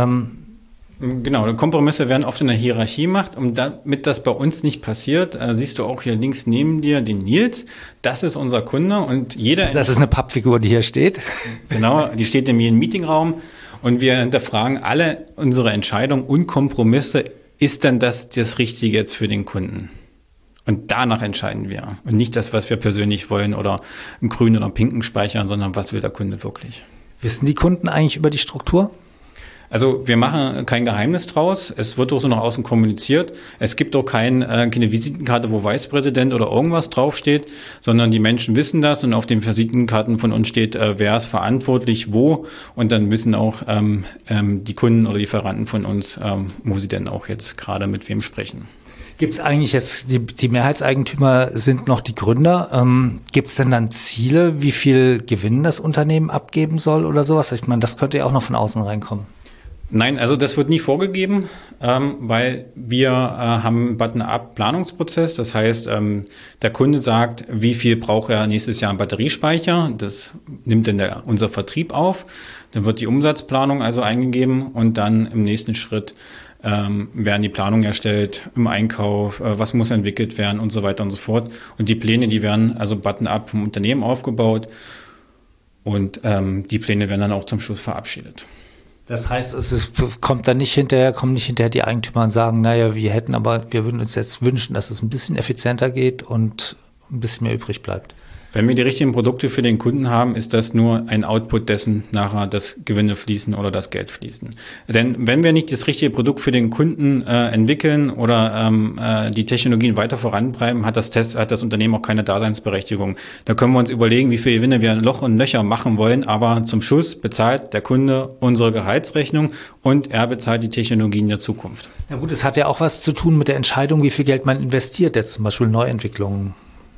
Genau, Kompromisse werden oft in der Hierarchie gemacht. Und damit das bei uns nicht passiert, siehst du auch hier links neben dir den Nils. Das ist unser Kunde und jeder... Das ist eine Pappfigur, die hier steht. Genau, die steht in jedem Meetingraum und wir hinterfragen alle unsere Entscheidungen und Kompromisse. Ist denn das Richtige jetzt für den Kunden? Und danach entscheiden wir. Und nicht das, was wir persönlich wollen oder einen grünen oder einen pinken Speicher, sondern was will der Kunde wirklich. Wissen die Kunden eigentlich über die Struktur? Also wir machen kein Geheimnis draus. Es wird auch so nach außen kommuniziert. Es gibt auch keine Visitenkarte, wo Vicepräsident oder irgendwas draufsteht, sondern die Menschen wissen das und auf den Visitenkarten von uns steht, wer ist verantwortlich, wo. Und dann wissen auch die Kunden oder Lieferanten von uns, wo sie denn auch jetzt gerade mit wem sprechen. Gibt es eigentlich jetzt, die Mehrheitseigentümer sind noch die Gründer, gibt es denn dann Ziele, wie viel Gewinn das Unternehmen abgeben soll oder sowas? Ich meine, das könnte ja auch noch von außen reinkommen. Nein, also das wird nie vorgegeben, weil wir haben einen Button-up-Planungsprozess. Das heißt, der Kunde sagt, wie viel braucht er nächstes Jahr an Batteriespeicher. Das nimmt dann unser Vertrieb auf. Dann wird die Umsatzplanung also eingegeben und dann im nächsten Schritt werden die Planungen erstellt im Einkauf, was muss entwickelt werden und so weiter und so fort. Und die Pläne, die werden also button-up vom Unternehmen aufgebaut und die Pläne werden dann auch zum Schluss verabschiedet. Das heißt, kommen nicht hinterher die Eigentümer und sagen, naja, wir würden uns jetzt wünschen, dass es ein bisschen effizienter geht und ein bisschen mehr übrig bleibt. Wenn wir die richtigen Produkte für den Kunden haben, ist das nur ein Output dessen, nachher das Gewinne fließen oder das Geld fließen. Denn wenn wir nicht das richtige Produkt für den Kunden entwickeln oder die Technologien weiter vorantreiben, hat das Unternehmen auch keine Daseinsberechtigung. Da können wir uns überlegen, wie viel Gewinne wir Loch und Nöcher machen wollen, aber zum Schluss bezahlt der Kunde unsere Gehaltsrechnung und er bezahlt die Technologien der Zukunft. Ja gut, es hat ja auch was zu tun mit der Entscheidung, wie viel Geld man investiert, jetzt zum Beispiel Neuentwicklungen.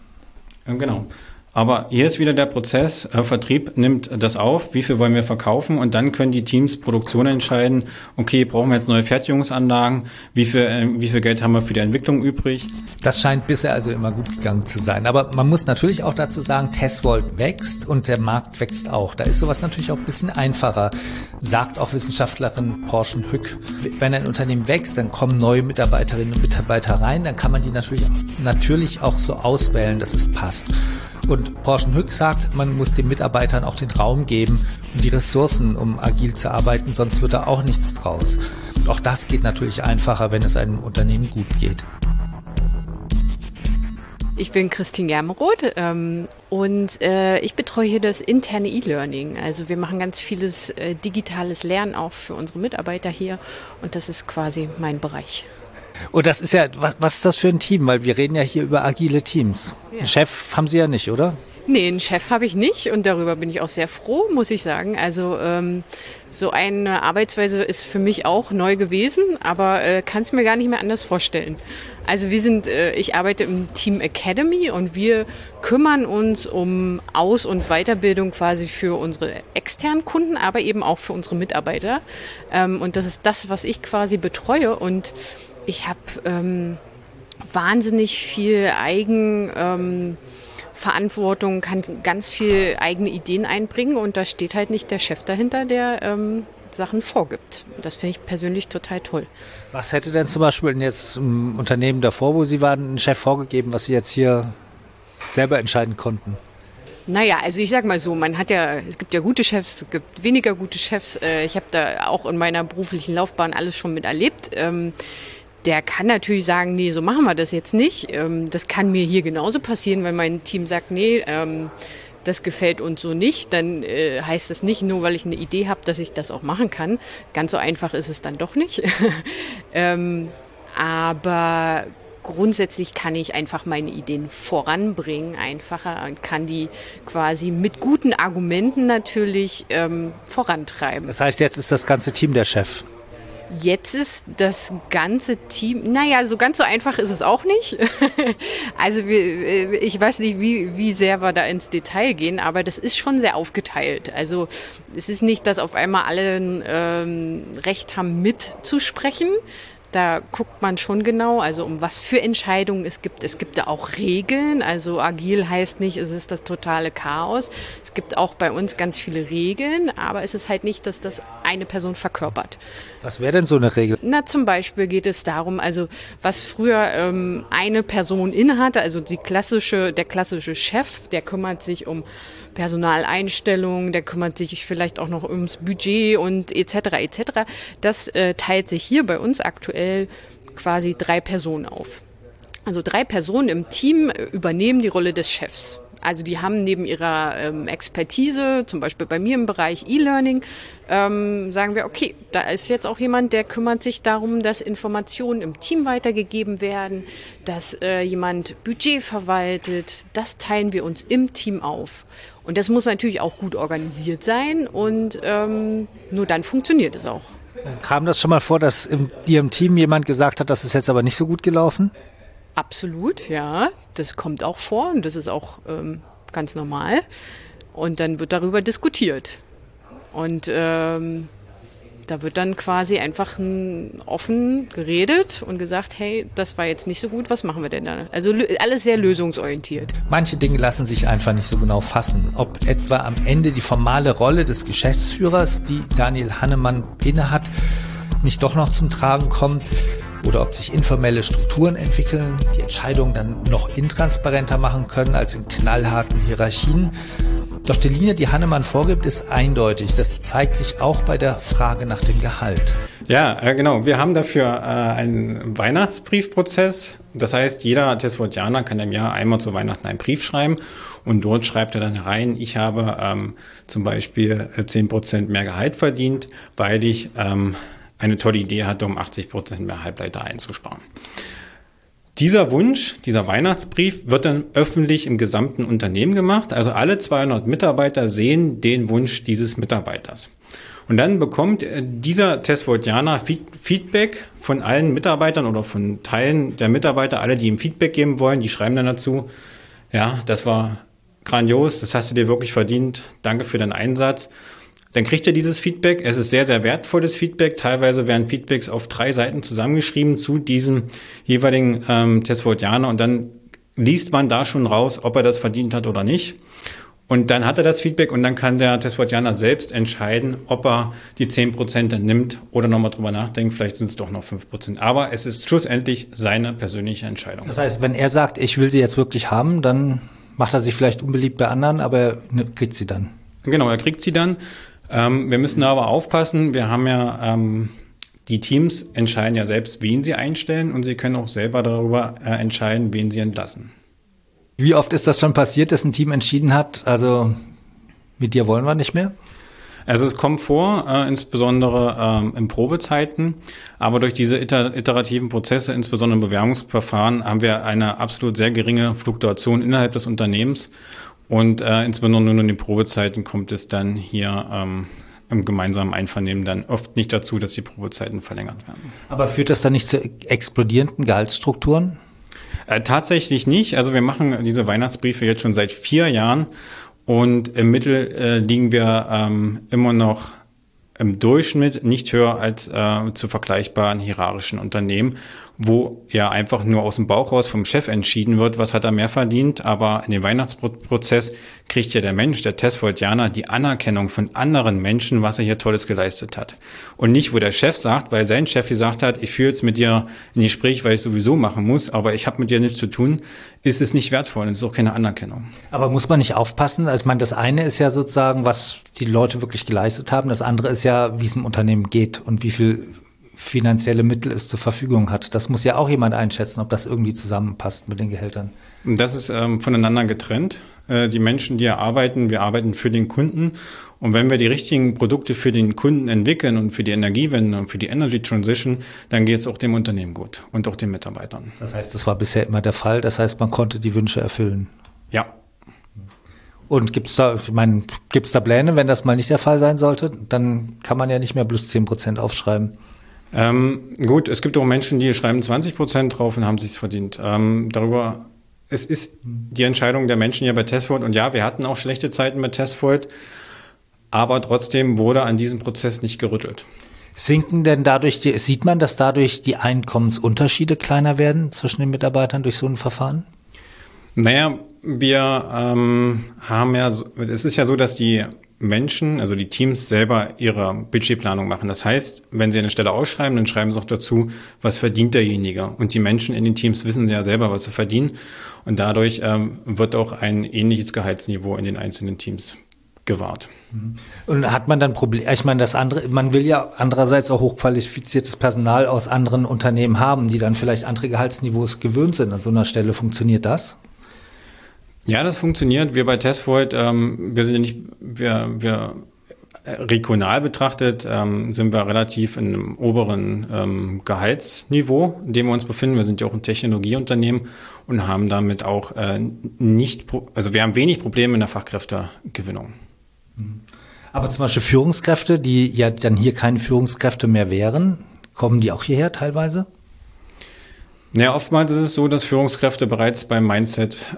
Genau. Aber hier ist wieder der Prozess, Vertrieb nimmt das auf, wie viel wollen wir verkaufen und dann können die Teams Produktion entscheiden, okay, brauchen wir jetzt neue Fertigungsanlagen, wie viel Geld haben wir für die Entwicklung übrig. Das scheint bisher also immer gut gegangen zu sein. Aber man muss natürlich auch dazu sagen, Tesvolt wächst und der Markt wächst auch. Da ist sowas natürlich auch ein bisschen einfacher, sagt auch Wissenschaftlerin Porschen-Hück. Wenn ein Unternehmen wächst, dann kommen neue Mitarbeiterinnen und Mitarbeiter rein, dann kann man die natürlich auch so auswählen, dass es passt. Und Porschen-Hück sagt, man muss den Mitarbeitern auch den Raum geben und die Ressourcen, um agil zu arbeiten, sonst wird da auch nichts draus. Und auch das geht natürlich einfacher, wenn es einem Unternehmen gut geht. Ich bin Christine Germeroth und ich betreue hier das interne E-Learning. Also wir machen ganz vieles digitales Lernen auch für unsere Mitarbeiter hier und das ist quasi mein Bereich. Und das ist ja, was ist das für ein Team? Weil wir reden ja hier über agile Teams. Ja. Einen Chef haben Sie ja nicht, oder? Nee, einen Chef habe ich nicht und darüber bin ich auch sehr froh, muss ich sagen. Also so eine Arbeitsweise ist für mich auch neu gewesen, aber kann es mir gar nicht mehr anders vorstellen. Also ich arbeite im Team Academy und wir kümmern uns um Aus- und Weiterbildung quasi für unsere externen Kunden, aber eben auch für unsere Mitarbeiter. Und das ist das, was ich quasi betreue und ich habe wahnsinnig viel Eigenverantwortung, kann ganz viel eigene Ideen einbringen und da steht halt nicht der Chef dahinter, der Sachen vorgibt. Das finde ich persönlich total toll. Was hätte denn zum Beispiel jetzt im Unternehmen davor, wo Sie waren, ein Chef vorgegeben, was Sie jetzt hier selber entscheiden konnten? Naja, also ich sag mal so, es gibt ja gute Chefs, es gibt weniger gute Chefs. Ich habe da auch in meiner beruflichen Laufbahn alles schon miterlebt. Der kann natürlich sagen, nee, so machen wir das jetzt nicht. Das kann mir hier genauso passieren, wenn mein Team sagt, nee, das gefällt uns so nicht. Dann heißt das nicht, nur weil ich eine Idee habe, dass ich das auch machen kann. Ganz so einfach ist es dann doch nicht. Aber grundsätzlich kann ich einfach meine Ideen voranbringen, einfacher und kann die quasi mit guten Argumenten natürlich vorantreiben. Das heißt, jetzt ist das ganze Team der Chef? Jetzt ist das ganze Team, naja, so ganz so einfach ist es auch nicht. Also ich weiß nicht, wie sehr wir da ins Detail gehen, aber das ist schon sehr aufgeteilt. Also es ist nicht, dass auf einmal alle Recht haben mitzusprechen. Da guckt man schon genau, also um was für Entscheidungen es gibt. Es gibt da auch Regeln, also agil heißt nicht, es ist das totale Chaos. Es gibt auch bei uns ganz viele Regeln, aber es ist halt nicht, dass das eine Person verkörpert. Was wäre denn so eine Regel? Na, zum Beispiel geht es darum, also was früher eine Person innehatte, also der klassische Chef, der kümmert sich um Personaleinstellungen, der kümmert sich vielleicht auch noch ums Budget und etc. Das teilt sich hier bei uns aktuell quasi 3 Personen auf. Also 3 Personen im Team übernehmen die Rolle des Chefs. Also die haben neben ihrer Expertise, zum Beispiel bei mir im Bereich E-Learning, sagen wir, okay, da ist jetzt auch jemand, der kümmert sich darum, dass Informationen im Team weitergegeben werden, dass jemand Budget verwaltet. Das teilen wir uns im Team auf. Und das muss natürlich auch gut organisiert sein und nur dann funktioniert es auch. Kam das schon mal vor, dass in Ihrem Team jemand gesagt hat, das ist jetzt aber nicht so gut gelaufen? Absolut, ja. Das kommt auch vor und das ist auch ganz normal. Und dann wird darüber diskutiert. Und da wird dann quasi einfach offen geredet und gesagt, hey, das war jetzt nicht so gut, was machen wir denn da? Also alles sehr lösungsorientiert. Manche Dinge lassen sich einfach nicht so genau fassen. Ob etwa am Ende die formale Rolle des Geschäftsführers, die Daniel Hannemann innehat, nicht doch noch zum Tragen kommt, oder ob sich informelle Strukturen entwickeln, die Entscheidungen dann noch intransparenter machen können als in knallharten Hierarchien. Doch die Linie, die Hannemann vorgibt, ist eindeutig. Das zeigt sich auch bei der Frage nach dem Gehalt. Ja, genau. Wir haben dafür einen Weihnachtsbriefprozess. Das heißt, jeder Tesfordianer kann im Jahr einmal zu Weihnachten einen Brief schreiben und dort schreibt er dann rein, ich habe zum Beispiel 10% mehr Gehalt verdient, weil ich eine tolle Idee hatte, um 80% mehr Halbleiter einzusparen. Dieser Wunsch, dieser Weihnachtsbrief wird dann öffentlich im gesamten Unternehmen gemacht. Also alle 200 Mitarbeiter sehen den Wunsch dieses Mitarbeiters. Und dann bekommt dieser Tesfordianer Feedback von allen Mitarbeitern oder von Teilen der Mitarbeiter, alle, die ihm Feedback geben wollen, die schreiben dann dazu, ja, das war grandios, das hast du dir wirklich verdient, danke für deinen Einsatz. Dann kriegt er dieses Feedback. Es ist sehr, sehr wertvolles Feedback. Teilweise werden Feedbacks auf 3 Seiten zusammengeschrieben zu diesem jeweiligen Tesfordianer und dann liest man da schon raus, ob er das verdient hat oder nicht. Und dann hat er das Feedback und dann kann der Tesfordianer selbst entscheiden, ob er die 10% nimmt oder nochmal drüber nachdenkt. Vielleicht sind es doch noch 5%. Aber es ist schlussendlich seine persönliche Entscheidung. Das heißt, wenn er sagt, ich will sie jetzt wirklich haben, dann macht er sich vielleicht unbeliebt bei anderen, aber er kriegt sie dann. Genau, er kriegt sie dann. Wir müssen da aber aufpassen. Wir haben ja, die Teams entscheiden ja selbst, wen sie einstellen und sie können auch selber darüber entscheiden, wen sie entlassen. Wie oft ist das schon passiert, dass ein Team entschieden hat, also mit dir wollen wir nicht mehr? Also es kommt vor, insbesondere in Probezeiten, aber durch diese iterativen Prozesse, insbesondere im Bewerbungsverfahren, haben wir eine absolut sehr geringe Fluktuation innerhalb des Unternehmens. Und insbesondere nur in den Probezeiten kommt es dann hier im gemeinsamen Einvernehmen dann oft nicht dazu, dass die Probezeiten verlängert werden. Aber führt das dann nicht zu explodierenden Gehaltsstrukturen? Tatsächlich nicht. Also wir machen diese Weihnachtsbriefe jetzt schon seit 4 Jahren und im Mittel liegen wir immer noch im Durchschnitt nicht höher als zu vergleichbaren hierarchischen Unternehmen, wo ja einfach nur aus dem Bauch raus vom Chef entschieden wird, was hat er mehr verdient. Aber in dem Weihnachtsprozess kriegt ja der Mensch, der Tesfordianer, die Anerkennung von anderen Menschen, was er hier Tolles geleistet hat. Und nicht, wo der Chef sagt, weil sein Chef gesagt hat, ich führe jetzt mit dir ein Gespräch, weil ich sowieso machen muss, aber ich habe mit dir nichts zu tun, ist es nicht wertvoll und es ist auch keine Anerkennung. Aber muss man nicht aufpassen? Also ich meine, das eine ist ja sozusagen, was die Leute wirklich geleistet haben. Das andere ist ja, wie es im Unternehmen geht und wie viel finanzielle Mittel es zur Verfügung hat. Das muss ja auch jemand einschätzen, ob das irgendwie zusammenpasst mit den Gehältern. Das ist voneinander getrennt. Die Menschen, die hier arbeiten, wir arbeiten für den Kunden. Und wenn wir die richtigen Produkte für den Kunden entwickeln und für die Energiewende und für die Energy Transition, dann geht es auch dem Unternehmen gut und auch den Mitarbeitern. Das heißt, das war bisher immer der Fall. Das heißt, man konnte die Wünsche erfüllen. Ja. Und gibt's da Pläne, wenn das mal nicht der Fall sein sollte? Dann kann man ja nicht mehr plus 10% aufschreiben. Gut, es gibt auch Menschen, die schreiben 20% drauf und haben sich's verdient. Es ist die Entscheidung der Menschen hier bei Tesfold. Und ja, wir hatten auch schlechte Zeiten mit Tesfold, aber trotzdem wurde an diesem Prozess nicht gerüttelt. Sinken denn sieht man, dass dadurch die Einkommensunterschiede kleiner werden zwischen den Mitarbeitern durch so ein Verfahren? Naja, wir haben ja, es ist ja so, dass die Menschen, also die Teams selber ihre Budgetplanung machen. Das heißt, wenn sie eine Stelle ausschreiben, dann schreiben sie auch dazu, was verdient derjenige. Und die Menschen in den Teams wissen ja selber, was sie verdienen. Und dadurch wird auch ein ähnliches Gehaltsniveau in den einzelnen Teams gewahrt. Und hat man dann Probleme? Ich meine, man will ja andererseits auch hochqualifiziertes Personal aus anderen Unternehmen haben, die dann vielleicht andere Gehaltsniveaus gewöhnt sind. An so einer Stelle funktioniert das? Ja, das funktioniert. Wir bei Testvolt, wir sind ja nicht, wir regional betrachtet sind wir relativ in einem oberen Gehaltsniveau, in dem wir uns befinden. Wir sind ja auch ein Technologieunternehmen und haben damit auch wir haben wenig Probleme in der Fachkräftegewinnung. Aber zum Beispiel Führungskräfte, die ja dann hier keine Führungskräfte mehr wären, kommen die auch hierher teilweise? Naja, oftmals ist es so, dass Führungskräfte bereits beim Mindset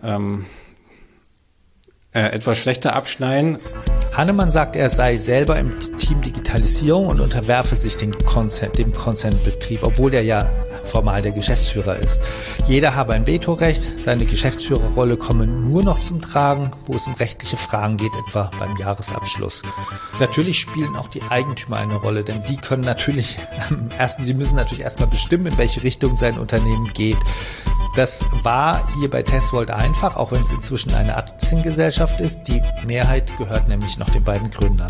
etwas schlechter abschneiden. Hannemann sagt, er sei selber im Team Digitalisierung und unterwerfe sich dem Konzernbetrieb, obwohl er ja formal der Geschäftsführer ist. Jeder habe ein Vetorecht, seine Geschäftsführerrolle komme nur noch zum Tragen, wo es um rechtliche Fragen geht, etwa beim Jahresabschluss. Natürlich spielen auch die Eigentümer eine Rolle, denn die können natürlich die müssen natürlich erstmal bestimmen, in welche Richtung sein Unternehmen geht. Das war hier bei Testvolt einfach, auch wenn es inzwischen eine Aktiengesellschaft ist. Die Mehrheit gehört nämlich noch den beiden Gründern.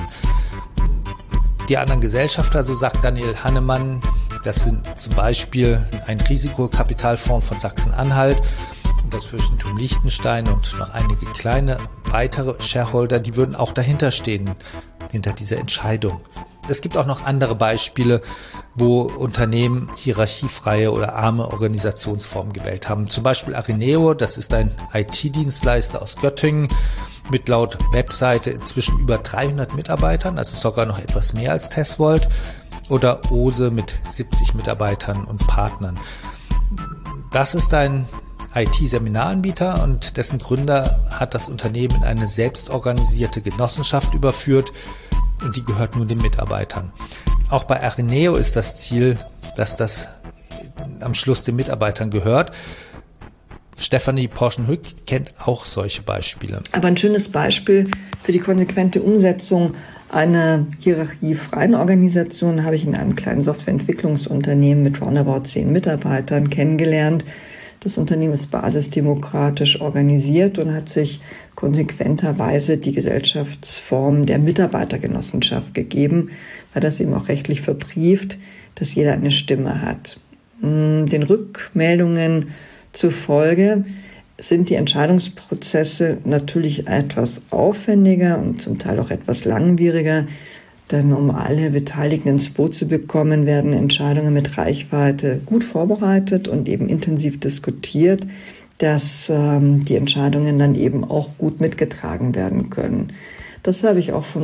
Die anderen Gesellschafter, so sagt Daniel Hannemann, das sind zum Beispiel ein Risikokapitalfonds von Sachsen-Anhalt und das Fürstentum Liechtenstein und noch einige kleine weitere Shareholder, die würden auch dahinter stehen, hinter dieser Entscheidung. Es gibt auch noch andere Beispiele, wo Unternehmen hierarchiefreie oder arme Organisationsformen gewählt haben. Zum Beispiel Arineo, das ist ein IT-Dienstleister aus Göttingen mit laut Webseite inzwischen über 300 Mitarbeitern, also sogar noch etwas mehr als Testvolt. Oder Ose mit 70 Mitarbeitern und Partnern. Das ist ein IT-Seminaranbieter und dessen Gründer hat das Unternehmen in eine selbstorganisierte Genossenschaft überführt und die gehört nur den Mitarbeitern. Auch bei Arineo ist das Ziel, dass das am Schluss den Mitarbeitern gehört. Stefanie Porschen-Hück kennt auch solche Beispiele. Aber ein schönes Beispiel für die konsequente Umsetzung einer hierarchiefreien Organisation habe ich in einem kleinen Softwareentwicklungsunternehmen mit roundabout 10 Mitarbeitern kennengelernt. Das Unternehmen ist basisdemokratisch organisiert und hat sich konsequenterweise die Gesellschaftsform der Mitarbeitergenossenschaft gegeben, weil das eben auch rechtlich verbrieft, dass jeder eine Stimme hat. Den Rückmeldungen zufolge sind die Entscheidungsprozesse natürlich etwas aufwendiger und zum Teil auch etwas langwieriger, denn um alle Beteiligten ins Boot zu bekommen, werden Entscheidungen mit Reichweite gut vorbereitet und eben intensiv diskutiert, dass die Entscheidungen dann eben auch gut mitgetragen werden können. Das habe ich auch von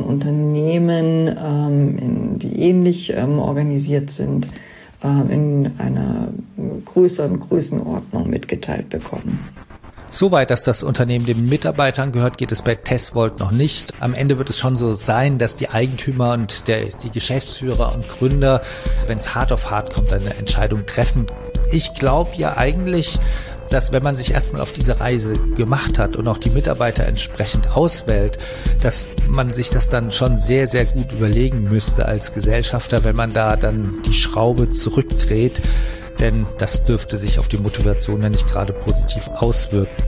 Unternehmen, die ähnlich organisiert sind, in einer größeren Größenordnung mitgeteilt bekommen. Soweit, dass das Unternehmen den Mitarbeitern gehört, geht es bei Testvolt noch nicht. Am Ende wird es schon so sein, dass die Eigentümer und die Geschäftsführer und Gründer, wenn es hart auf hart kommt, eine Entscheidung treffen. Ich glaube ja eigentlich, dass wenn man sich erstmal auf diese Reise gemacht hat und auch die Mitarbeiter entsprechend auswählt, dass man sich das dann schon sehr, sehr gut überlegen müsste als Gesellschafter, wenn man da dann die Schraube zurückdreht. Denn das dürfte sich auf die Motivation ja nicht gerade positiv auswirken.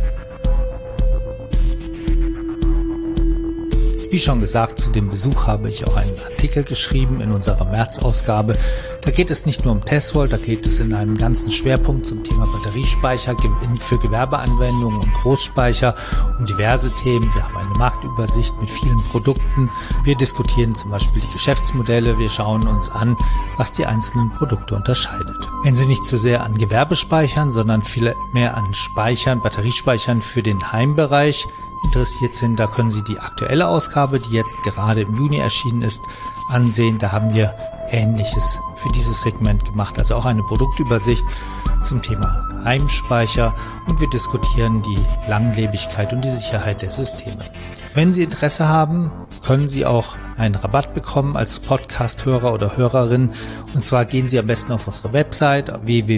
Wie schon gesagt, zu dem Besuch habe ich auch einen Artikel geschrieben in unserer März-Ausgabe. Da geht es nicht nur um Testvolt, da geht es in einem ganzen Schwerpunkt zum Thema Batteriespeicher für Gewerbeanwendungen und Großspeicher um diverse Themen. Wir haben eine Marktübersicht mit vielen Produkten. Wir diskutieren zum Beispiel die Geschäftsmodelle. Wir schauen uns an, was die einzelnen Produkte unterscheidet. Wenn Sie nicht zu sehr an Gewerbespeichern, sondern viel mehr an Speichern, Batteriespeichern für den Heimbereich interessiert sind, da können Sie die aktuelle Ausgabe, die jetzt gerade im Juni erschienen ist, ansehen. Da haben wir Ähnliches für dieses Segment gemacht, also auch eine Produktübersicht zum Thema Heimspeicher, und wir diskutieren die Langlebigkeit und die Sicherheit der Systeme. Wenn Sie Interesse haben, können Sie auch einen Rabatt bekommen als Podcast-Hörer oder Hörerin, und zwar gehen Sie am besten auf unsere Website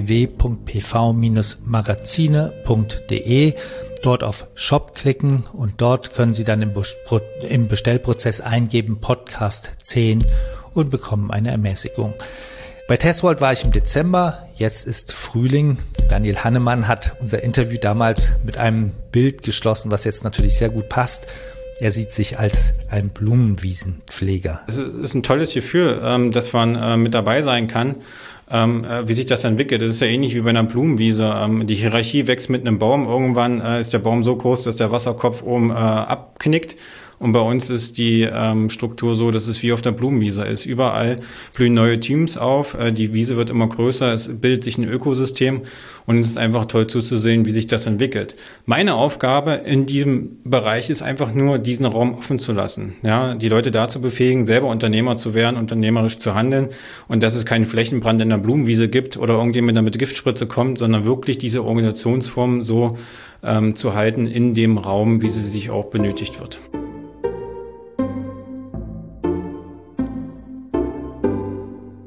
www.pv-magazine.de, dort auf Shop klicken und dort können Sie dann im Bestellprozess eingeben Podcast 10 und bekommen eine Ermäßigung. Bei Teswold war ich im Dezember, jetzt ist Frühling. Daniel Hannemann hat unser Interview damals mit einem Bild geschlossen, was jetzt natürlich sehr gut passt. Er sieht sich als ein Blumenwiesenpfleger. Es ist ein tolles Gefühl, dass man mit dabei sein kann, wie sich das entwickelt. Das ist ja ähnlich wie bei einer Blumenwiese. Die Hierarchie wächst mit einem Baum. Irgendwann ist der Baum so groß, dass der Wasserkopf oben abknickt. Und bei uns ist die Struktur so, dass es wie auf der Blumenwiese ist. Überall blühen neue Teams auf, die Wiese wird immer größer, es bildet sich ein Ökosystem und es ist einfach toll zuzusehen, wie sich das entwickelt. Meine Aufgabe in diesem Bereich ist einfach nur, diesen Raum offen zu lassen. Ja, die Leute dazu befähigen, selber Unternehmer zu werden, unternehmerisch zu handeln und dass es keinen Flächenbrand in der Blumenwiese gibt oder irgendjemand mit einer Giftspritze kommt, sondern wirklich diese Organisationsform so zu halten in dem Raum, wie sie sich auch benötigt wird.